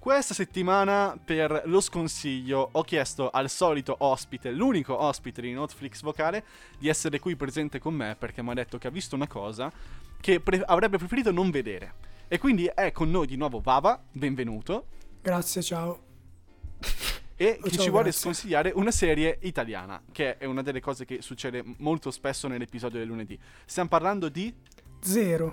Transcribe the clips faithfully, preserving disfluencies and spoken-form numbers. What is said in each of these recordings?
Questa settimana per lo sconsiglio ho chiesto al solito ospite, l'unico ospite di Netflix Vocale, di essere qui presente con me perché mi ha detto che ha visto una cosa che pre- avrebbe preferito non vedere. E quindi è con noi di nuovo Vava, benvenuto. Grazie, ciao. E Oh, che ciao, ci vuole grazie. sconsigliare una serie italiana, che è una delle cose che succede molto spesso nell'episodio del lunedì. Stiamo parlando di... Zero.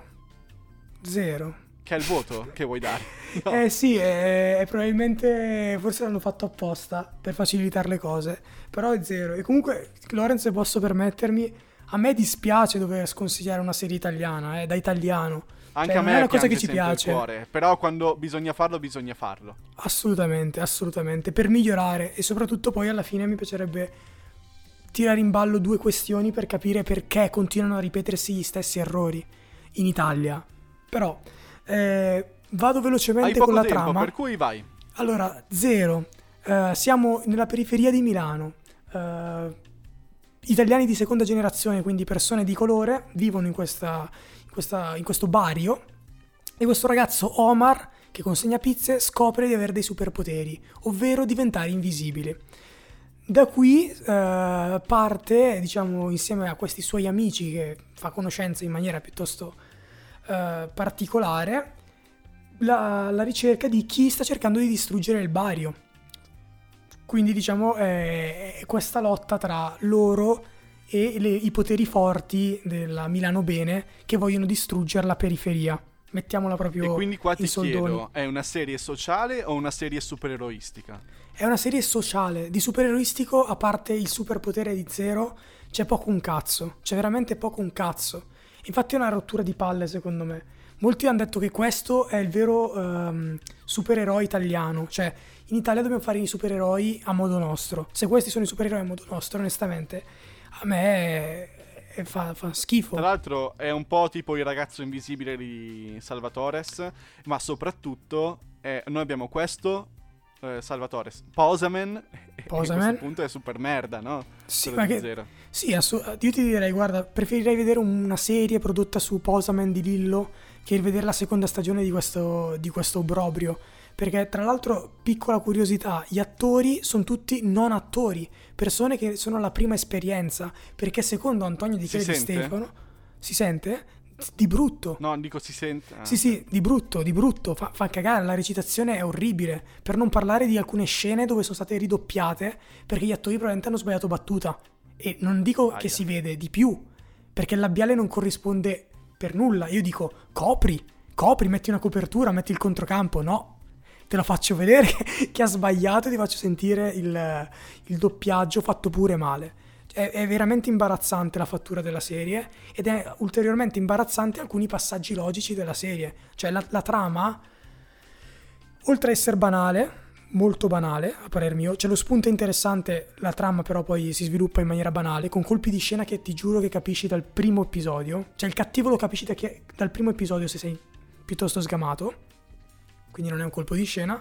Zero. Che è il voto che vuoi dare? No. Eh sì, è, è probabilmente forse l'hanno fatto apposta per facilitare le cose, però è zero. E comunque, Lorenz, se posso permettermi, a me dispiace dover sconsigliare una serie italiana, eh, da italiano. Anche Cioè, a non me è una cosa piange che ci sempre il piace. cuore, però quando bisogna farlo, bisogna farlo. Assolutamente, assolutamente, per migliorare, e soprattutto poi alla fine mi piacerebbe tirare in ballo due questioni per capire perché continuano a ripetersi gli stessi errori in Italia. Però eh, vado velocemente Hai poco con la tempo, trama. per cui vai. Allora, zero. Eh, siamo nella periferia di Milano. Eh, italiani di seconda generazione, quindi persone di colore, vivono in, questa, in, questa, in questo barrio. E questo ragazzo Omar, che consegna pizze, scopre di avere dei superpoteri, ovvero diventare invisibile. Da qui eh, parte, diciamo, insieme a questi suoi amici che fa conoscenza in maniera piuttosto eh, particolare, la, la ricerca di chi sta cercando di distruggere il barrio. Quindi diciamo è questa lotta tra loro e le, i poteri forti della Milano Bene che vogliono distruggere la periferia. Mettiamola proprio E quindi qua ti in soldoni. chiedo, è una serie sociale o una serie supereroistica? È una serie sociale. Di supereroistico, a parte il superpotere di Zero, c'è poco un cazzo. C'è veramente poco un cazzo. Infatti è una rottura di palle, secondo me. Molti hanno detto che questo è il vero um, supereroe italiano. Cioè, in Italia dobbiamo fare i supereroi a modo nostro. Se questi sono i supereroi a modo nostro, onestamente, a me è... Fa, fa schifo. Tra l'altro è un po' tipo il ragazzo invisibile di Salvatores, ma soprattutto eh, noi abbiamo questo eh, Salvatores, Posaman, e a questo punto è super merda, no? Sì, Quello ma di che... Zero. Sì, assu- io ti direi, guarda, preferirei vedere una serie prodotta su Posaman di Lillo che vedere la seconda stagione di questo, di questo obbrobrio. Perché tra l'altro, piccola curiosità, gli attori sono tutti non attori, persone che sono alla prima esperienza, perché secondo Antonio Di Si Chele di sente? Stefano, si sente? Di brutto. No, dico si sente. Ah. Sì, sì, di brutto, di brutto, fa, fa cagare, la recitazione è orribile, per non parlare di alcune scene dove sono state ridoppiate perché gli attori probabilmente hanno sbagliato battuta. E non dico Aia. che si vede, di più, perché il labiale non corrisponde per nulla. Io dico, copri, copri, metti una copertura, metti il controcampo, no. Te lo faccio vedere che ha sbagliato e ti faccio sentire il, il doppiaggio fatto pure male. È, è veramente imbarazzante la fattura della serie ed è ulteriormente imbarazzante alcuni passaggi logici della serie. Cioè la, la trama, oltre a essere banale, molto banale a parer mio, c'è lo spunto interessante, la trama però poi si sviluppa in maniera banale, con colpi di scena che ti giuro che capisci dal primo episodio. Cioè il cattivo lo capisci da che, dal primo episodio se sei piuttosto sgamato. Quindi non è un colpo di scena,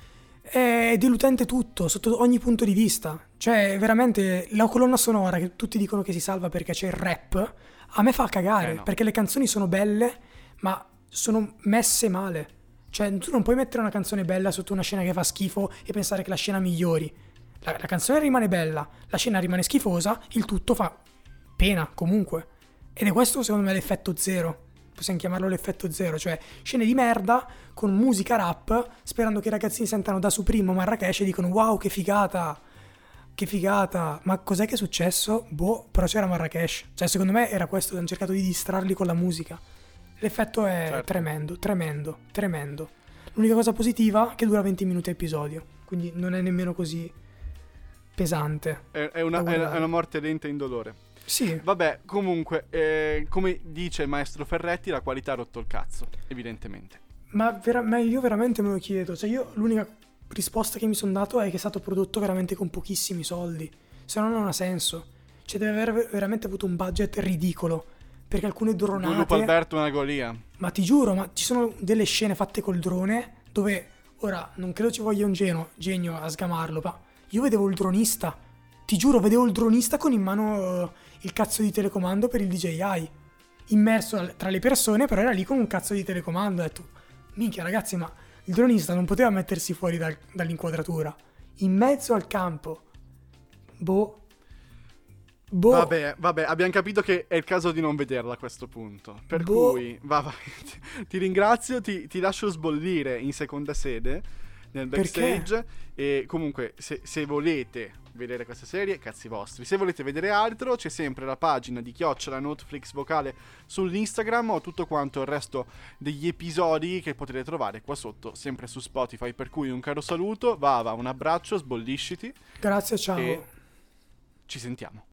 è deludente tutto, sotto ogni punto di vista. Cioè, veramente, la colonna sonora, che tutti dicono che si salva perché c'è il rap, a me fa cagare, eh no. perché le canzoni sono belle, ma sono messe male. Cioè, tu non puoi mettere una canzone bella sotto una scena che fa schifo e pensare che la scena migliori. La, la canzone rimane bella, la scena rimane schifosa, il tutto fa pena, comunque. Ed è questo, secondo me, l'effetto Zero. Possiamo chiamarlo l'effetto Zero, cioè scene di merda con musica rap sperando che i ragazzini sentano Da Supremo Marrakesh e dicono wow che figata, che figata, ma cos'è che è successo? Boh, però c'era Marrakesh, cioè secondo me era questo, hanno cercato di distrarli con la musica. L'effetto è certo. tremendo, tremendo, tremendo. L'unica cosa positiva è che dura venti minuti a episodio, quindi non è nemmeno così pesante. È, è, una, è, è una morte lenta e indolore. Sì. Vabbè, comunque, eh, come dice il maestro Ferretti, la qualità ha rotto il cazzo, evidentemente. Ma, vera- ma io veramente me lo chiedo. Cioè io l'unica risposta che mi sono dato è che è stato prodotto veramente con pochissimi soldi. Se no non ha senso. Cioè deve aver veramente avuto un budget ridicolo. Perché alcune dronate... Lupo Alberto una golia. Ma ti giuro, ma ci sono delle scene fatte col drone dove... Ora, non credo ci voglia un genio, genio a sgamarlo, ma io vedevo il dronista. Ti giuro, vedevo il dronista con in mano uh, il cazzo di telecomando per il D J I. Immerso tra le persone, però era lì con un cazzo di telecomando. Ho detto, minchia ragazzi, ma Il dronista non poteva mettersi fuori dal- dall'inquadratura, in mezzo al campo. Boh. Boh. Vabbè, vabbè, abbiamo capito che è il caso di non vederla a questo punto. Per Boh. cui, va, va, ti, ti ringrazio, ti, ti lascio sbollire in seconda sede nel backstage. E comunque, se, se volete vedere questa serie, cazzi vostri. Se volete vedere altro, c'è sempre la pagina di chiocciola Notflix Vocale sull'Instagram o tutto quanto il resto degli episodi che potete trovare qua sotto, sempre su Spotify. Per cui un caro saluto, va, va, un abbraccio, sbollisciti Grazie, ciao. e ci sentiamo.